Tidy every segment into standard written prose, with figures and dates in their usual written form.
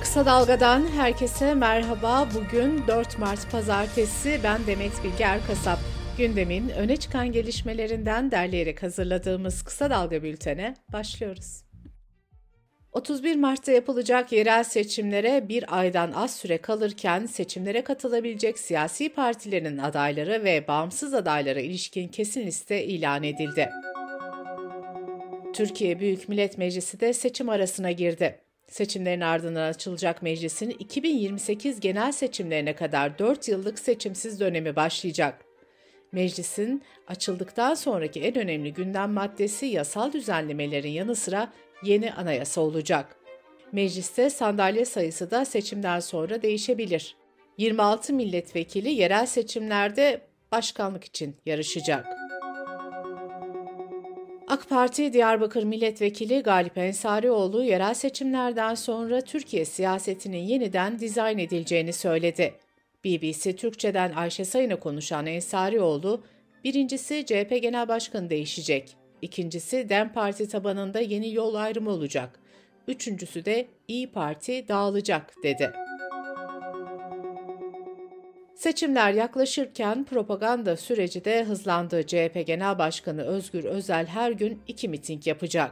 Kısa Dalga'dan herkese merhaba. Bugün 4 Mart Pazartesi. Ben Demet Bilge Erkasap. Gündemin öne çıkan gelişmelerinden derleyerek hazırladığımız Kısa Dalga bültene başlıyoruz. 31 Mart'ta yapılacak yerel seçimlere bir aydan az süre kalırken seçimlere katılabilecek siyasi partilerin adayları ve bağımsız adaylara ilişkin kesin liste ilan edildi. Türkiye Büyük Millet Meclisi de seçim arasına girdi. Seçimlerin ardından açılacak meclisin 2028 genel seçimlerine kadar 4 yıllık seçimsiz dönemi başlayacak. Meclisin açıldıktan sonraki en önemli gündem maddesi yasal düzenlemelerin yanı sıra yeni anayasa olacak. Mecliste sandalye sayısı da seçimden sonra değişebilir. 26 milletvekili yerel seçimlerde başkanlık için yarışacak. AK Parti Diyarbakır Milletvekili Galip Ensarioğlu yerel seçimlerden sonra Türkiye siyasetinin yeniden dizayn edileceğini söyledi. BBC Türkçe'den Ayşe Sayın'a konuşan Ensarioğlu, birincisi CHP Genel Başkanı değişecek, ikincisi DEM Parti tabanında yeni yol ayrımı olacak, üçüncüsü de İYİ Parti dağılacak dedi. Seçimler yaklaşırken propaganda süreci de hızlandı. CHP Genel Başkanı Özgür Özel her gün 2 miting yapacak.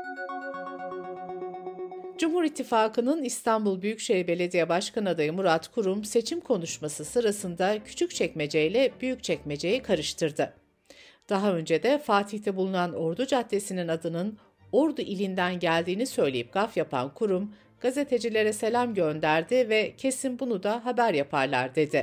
Cumhur İttifakı'nın İstanbul Büyükşehir Belediye Başkanı adayı Murat Kurum seçim konuşması sırasında Küçükçekmece ile Büyükçekmece'yi karıştırdı. Daha önce de Fatih'te bulunan Ordu Caddesi'nin adının Ordu ilinden geldiğini söyleyip gaf yapan Kurum, gazetecilere selam gönderdi ve kesin bunu da haber yaparlar dedi.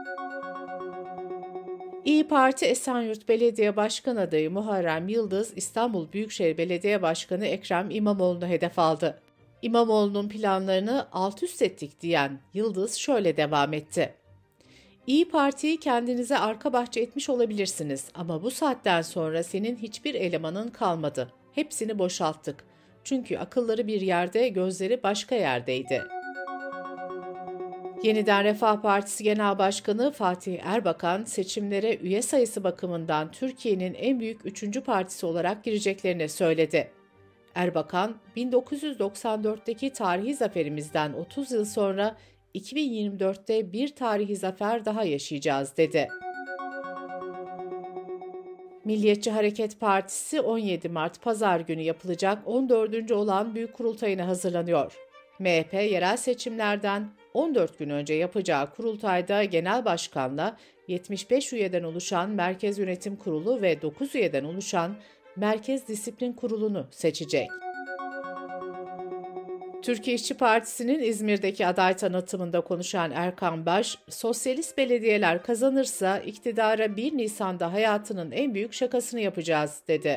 İYİ Parti Esenyurt Belediye Başkan adayı Muharrem Yıldız, İstanbul Büyükşehir Belediye Başkanı Ekrem İmamoğlu'nu hedef aldı. İmamoğlu'nun planlarını alt üst ettik diyen Yıldız şöyle devam etti. İYİ Parti'yi kendinize arka bahçe etmiş olabilirsiniz ama bu saatten sonra senin hiçbir elemanın kalmadı. Hepsini boşalttık. Çünkü akılları bir yerde, gözleri başka yerdeydi. Yeniden Refah Partisi Genel Başkanı Fatih Erbakan, seçimlere üye sayısı bakımından Türkiye'nin en büyük 3. partisi olarak gireceklerini söyledi. Erbakan, 1994'teki tarihi zaferimizden 30 yıl sonra 2024'te bir tarihi zafer daha yaşayacağız dedi. Milliyetçi Hareket Partisi 17 Mart Pazar günü yapılacak 14. olağan büyük kurultayına hazırlanıyor. MHP yerel seçimlerden 14 gün önce yapacağı kurultayda genel başkanla 75 üyeden oluşan Merkez Yönetim Kurulu ve 9 üyeden oluşan Merkez Disiplin Kurulu'nu seçecek. Türkiye İşçi Partisi'nin İzmir'deki aday tanıtımında konuşan Erkan Baş, sosyalist belediyeler kazanırsa iktidara 1 Nisan'da hayatının en büyük şakasını yapacağız dedi.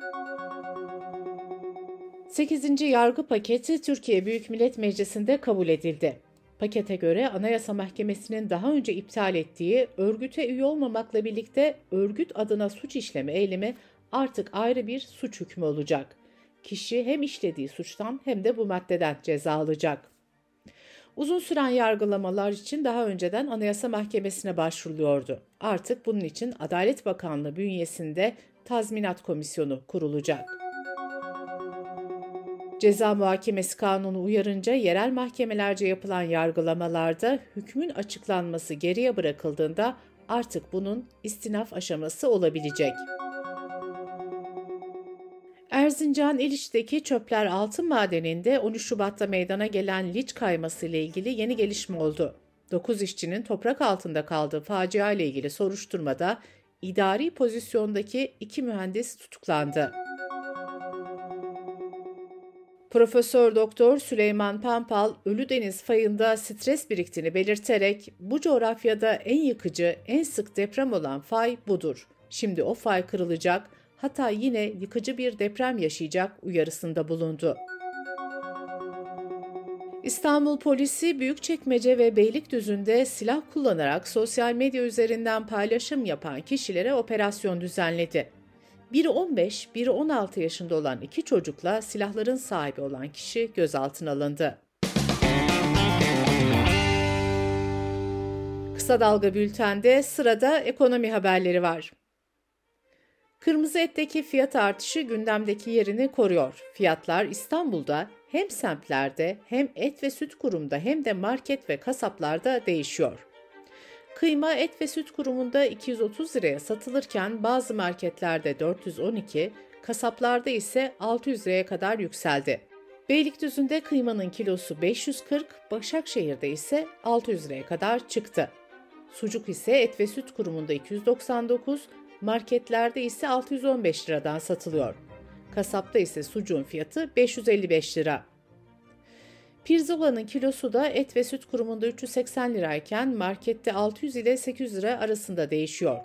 8. Yargı Paketi Türkiye Büyük Millet Meclisi'nde kabul edildi. Pakete göre Anayasa Mahkemesi'nin daha önce iptal ettiği örgüte üye olmamakla birlikte örgüt adına suç işleme eylemi artık ayrı bir suç hükmü olacak. Kişi hem işlediği suçtan hem de bu maddeden ceza alacak. Uzun süren yargılamalar için daha önceden Anayasa Mahkemesi'ne başvuruluyordu. Artık bunun için Adalet Bakanlığı bünyesinde Tazminat Komisyonu kurulacak. Ceza Muhakemesi Kanunu uyarınca yerel mahkemelerce yapılan yargılamalarda hükmün açıklanması geriye bırakıldığında artık bunun istinaf aşaması olabilecek. Erzincan İliç'teki Çöpler Altın Madeni'nde 13 Şubat'ta meydana gelen liç kayması ile ilgili yeni gelişme oldu. 9 işçinin toprak altında kaldığı facia ile ilgili soruşturmada idari pozisyondaki 2 mühendis tutuklandı. Profesör Doktor Süleyman Pampal, Ölüdeniz fayında stres biriktiğini belirterek bu coğrafyada en yıkıcı, en sık deprem olan fay budur. Şimdi o fay kırılacak, hatta yine yıkıcı bir deprem yaşayacak uyarısında bulundu. İstanbul Polisi Büyükçekmece ve Beylikdüzü'nde silah kullanarak sosyal medya üzerinden paylaşım yapan kişilere operasyon düzenledi. Biri 15, biri 16 yaşında olan 2 çocukla silahların sahibi olan kişi gözaltına alındı. Kısa Dalga Bülten'de sırada ekonomi haberleri var. Kırmızı etteki fiyat artışı gündemdeki yerini koruyor. Fiyatlar İstanbul'da hem semtlerde hem et ve süt kurumunda hem de market ve kasaplarda değişiyor. Kıyma et ve süt kurumunda 230 liraya satılırken bazı marketlerde 412, kasaplarda ise 600 liraya kadar yükseldi. Beylikdüzü'nde kıymanın kilosu 540, Başakşehir'de ise 600 liraya kadar çıktı. Sucuk ise et ve süt kurumunda 299, marketlerde ise 615 liradan satılıyor. Kasapta ise sucuğun fiyatı 555 lira. Pirzola'nın kilosu da et ve süt kurumunda 380 lirayken markette 600 ile 800 lira arasında değişiyor.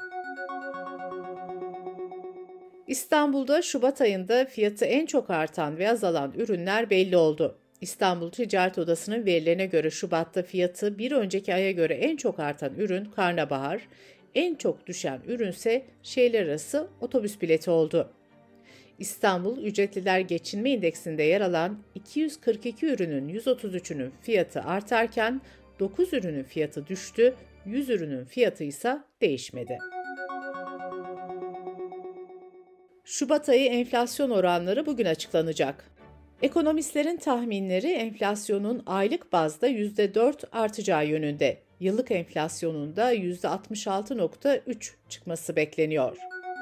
İstanbul'da Şubat ayında fiyatı en çok artan ve azalan ürünler belli oldu. İstanbul Ticaret Odası'nın verilerine göre Şubat'ta fiyatı bir önceki aya göre en çok artan ürün karnabahar, en çok düşen ürünse şehirler arası otobüs bileti oldu. İstanbul Ücretliler Geçinme İndeksinde yer alan 242 ürünün 133'ünün fiyatı artarken 9 ürünün fiyatı düştü, 100 ürünün fiyatı ise değişmedi. Şubat ayı enflasyon oranları bugün açıklanacak. Ekonomistlerin tahminleri enflasyonun aylık bazda %4 artacağı yönünde. Yıllık enflasyonun da %66,3 çıkması bekleniyor.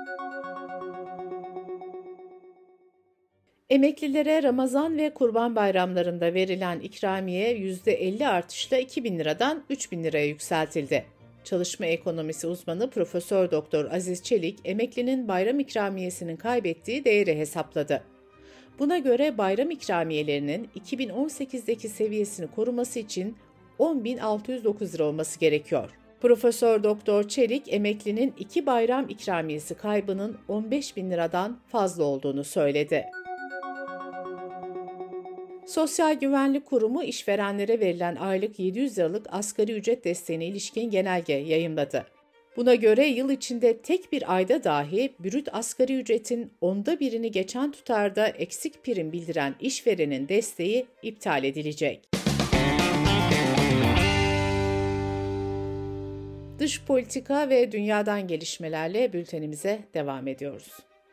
Emeklilere Ramazan ve Kurban bayramlarında verilen ikramiye %50 artışla 2.000 liradan 3.000 liraya yükseltildi. Çalışma ekonomisi uzmanı Profesör Doktor Aziz Çelik, emeklinin bayram ikramiyesinin kaybettiği değeri hesapladı. Buna göre bayram ikramiyelerinin 2018'deki seviyesini koruması için 10.609 lira olması gerekiyor. Profesör Doktor Çelik, emeklinin 2 bayram ikramiyesi kaybının 15.000 liradan fazla olduğunu söyledi. Sosyal Güvenlik Kurumu işverenlere verilen aylık 700 liralık asgari ücret desteğine ilişkin genelge yayımladı. Buna göre yıl içinde tek bir ayda dahi brüt asgari ücretin 1/10'ını geçen tutarda eksik prim bildiren işverenin desteği iptal edilecek. Dış politika ve dünyadan gelişmelerle bültenimize devam ediyoruz.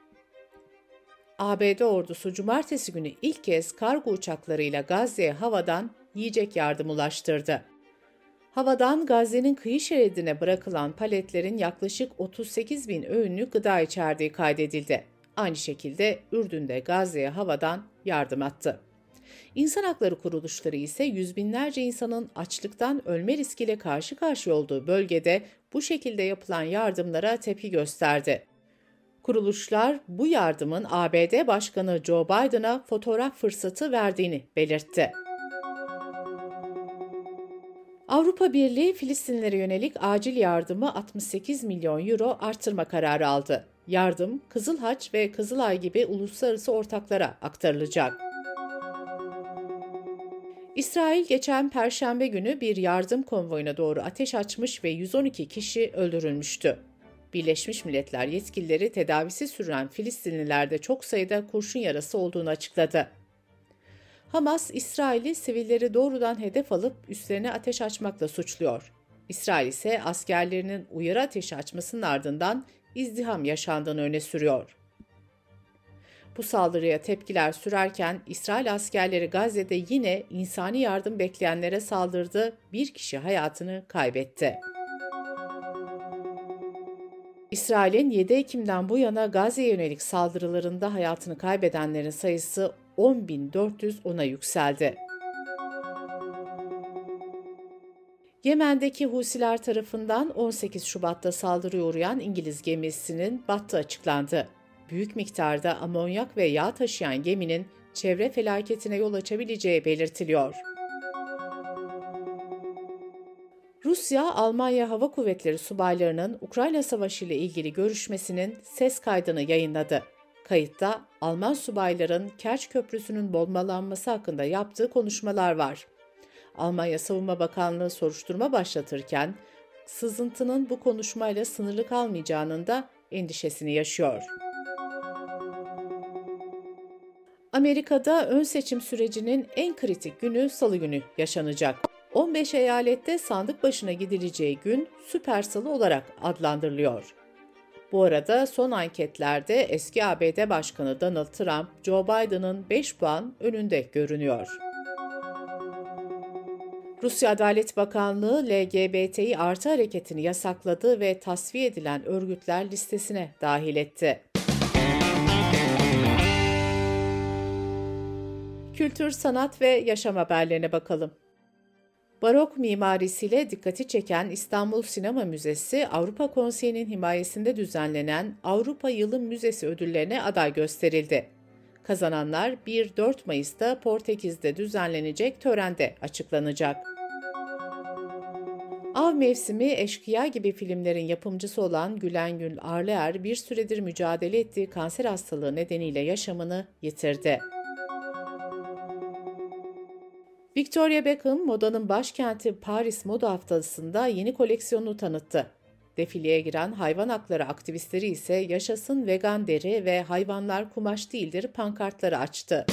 ABD ordusu cumartesi günü ilk kez kargo uçaklarıyla Gazze'ye havadan yiyecek yardım ulaştırdı. Havadan Gazze'nin kıyı şeridine bırakılan paletlerin yaklaşık 38.000 öğünlük gıda içerdiği kaydedildi. Aynı şekilde Ürdün'de Gazze'ye havadan yardım attı. İnsan hakları kuruluşları ise yüz binlerce insanın açlıktan ölme riskiyle karşı karşıya olduğu bölgede bu şekilde yapılan yardımlara tepki gösterdi. Kuruluşlar bu yardımın ABD Başkanı Joe Biden'a fotoğraf fırsatı verdiğini belirtti. Avrupa Birliği Filistinlere yönelik acil yardımı 68 milyon euro artırma kararı aldı. Yardım Kızıl Haç ve Kızılay gibi uluslararası ortaklara aktarılacak. İsrail geçen Perşembe günü bir yardım konvoyuna doğru ateş açmış ve 112 kişi öldürülmüştü. Birleşmiş Milletler yetkilileri tedavisi süren Filistinlilerde çok sayıda kurşun yarası olduğunu açıkladı. Hamas, İsrail'i sivilleri doğrudan hedef alıp üslerine ateş açmakla suçluyor. İsrail ise askerlerinin uyarı ateşi açmasının ardından izdiham yaşandığını öne sürüyor. Bu saldırıya tepkiler sürerken İsrail askerleri Gazze'de yine insani yardım bekleyenlere saldırdı, bir kişi hayatını kaybetti. İsrail'in 7 Ekim'den bu yana Gazze'ye yönelik saldırılarında hayatını kaybedenlerin sayısı 10.410'a yükseldi. Yemen'deki Husiler tarafından 18 Şubat'ta saldırıya uğrayan İngiliz gemisinin battığı açıklandı. Büyük miktarda amonyak ve yağ taşıyan geminin çevre felaketine yol açabileceği belirtiliyor. Rusya, Almanya Hava Kuvvetleri subaylarının Ukrayna Savaşı ile ilgili görüşmesinin ses kaydını yayınladı. Kayıtta Alman subayların Kerç Köprüsü'nün bombalanması hakkında yaptığı konuşmalar var. Almanya Savunma Bakanlığı soruşturma başlatırken, sızıntının bu konuşmayla sınırlı kalmayacağının da endişesini yaşıyor. Amerika'da ön seçim sürecinin en kritik günü Salı günü yaşanacak. 15 eyalette sandık başına gidileceği gün Süper Salı olarak adlandırılıyor. Bu arada son anketlerde eski ABD Başkanı Donald Trump, Joe Biden'ın 5 puan önünde görünüyor. Rusya Adalet Bakanlığı LGBTİ artı hareketini yasakladı ve tasfiye edilen örgütler listesine dahil etti. Kültür, sanat ve yaşam haberlerine bakalım. Barok mimarisiyle dikkati çeken İstanbul Sinema Müzesi, Avrupa Konseyi'nin himayesinde düzenlenen Avrupa Yılı Müzesi ödüllerine aday gösterildi. Kazananlar 1-4 Mayıs'ta Portekiz'de düzenlenecek törende açıklanacak. Av Mevsimi, Eşkıya gibi filmlerin yapımcısı olan Gülengül Arlıer bir süredir mücadele ettiği kanser hastalığı nedeniyle yaşamını yitirdi. Victoria Beckham, modanın başkenti Paris Moda Haftası'nda yeni koleksiyonunu tanıttı. Defileye giren hayvan hakları aktivistleri ise "Yaşasın vegan deri ve hayvanlar kumaş değildir" pankartları açtı.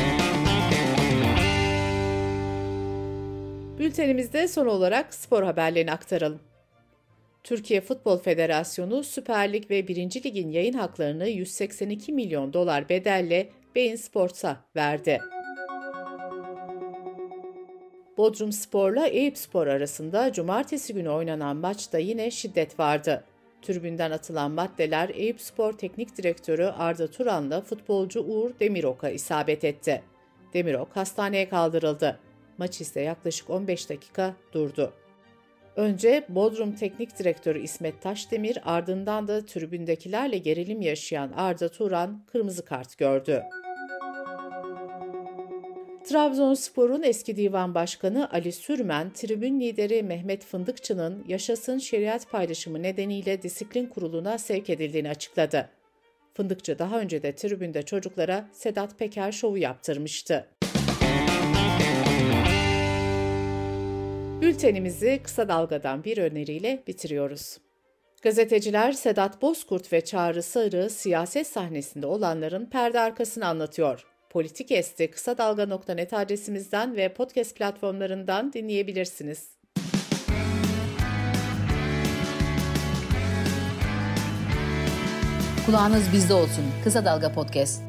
Bültenimizde son olarak spor haberlerini aktaralım. Türkiye Futbol Federasyonu, Süper Lig ve 1. Lig'in yayın haklarını 182 milyon dolar bedelle Bein Sports'a verdi. Bodrumspor'la Eyüpspor arasında cumartesi günü oynanan maçta yine şiddet vardı. Tribünden atılan maddeler Eyüpspor Teknik Direktörü Arda Turan'la futbolcu Uğur Demirok'a isabet etti. Demirok hastaneye kaldırıldı. Maç ise yaklaşık 15 dakika durdu. Önce Bodrum Teknik Direktörü İsmet Taşdemir, ardından da tribündekilerle gerilim yaşayan Arda Turan kırmızı kart gördü. Trabzonspor'un eski divan başkanı Ali Sürmen, tribün lideri Mehmet Fındıkçı'nın Yaşasın şeriat paylaşımı nedeniyle disiplin kuruluna sevk edildiğini açıkladı. Fındıkçı daha önce de tribünde çocuklara Sedat Peker şovu yaptırmıştı. Bültenimizi kısa dalgadan bir öneriyle bitiriyoruz. Gazeteciler Sedat Bozkurt ve Çağrı Sarı siyaset sahnesinde olanların perde arkasını anlatıyor. Politikest'i kısa dalga.net adresimizden ve podcast platformlarından dinleyebilirsiniz. Kulağınız bizde olsun. Kısa Dalga Podcast.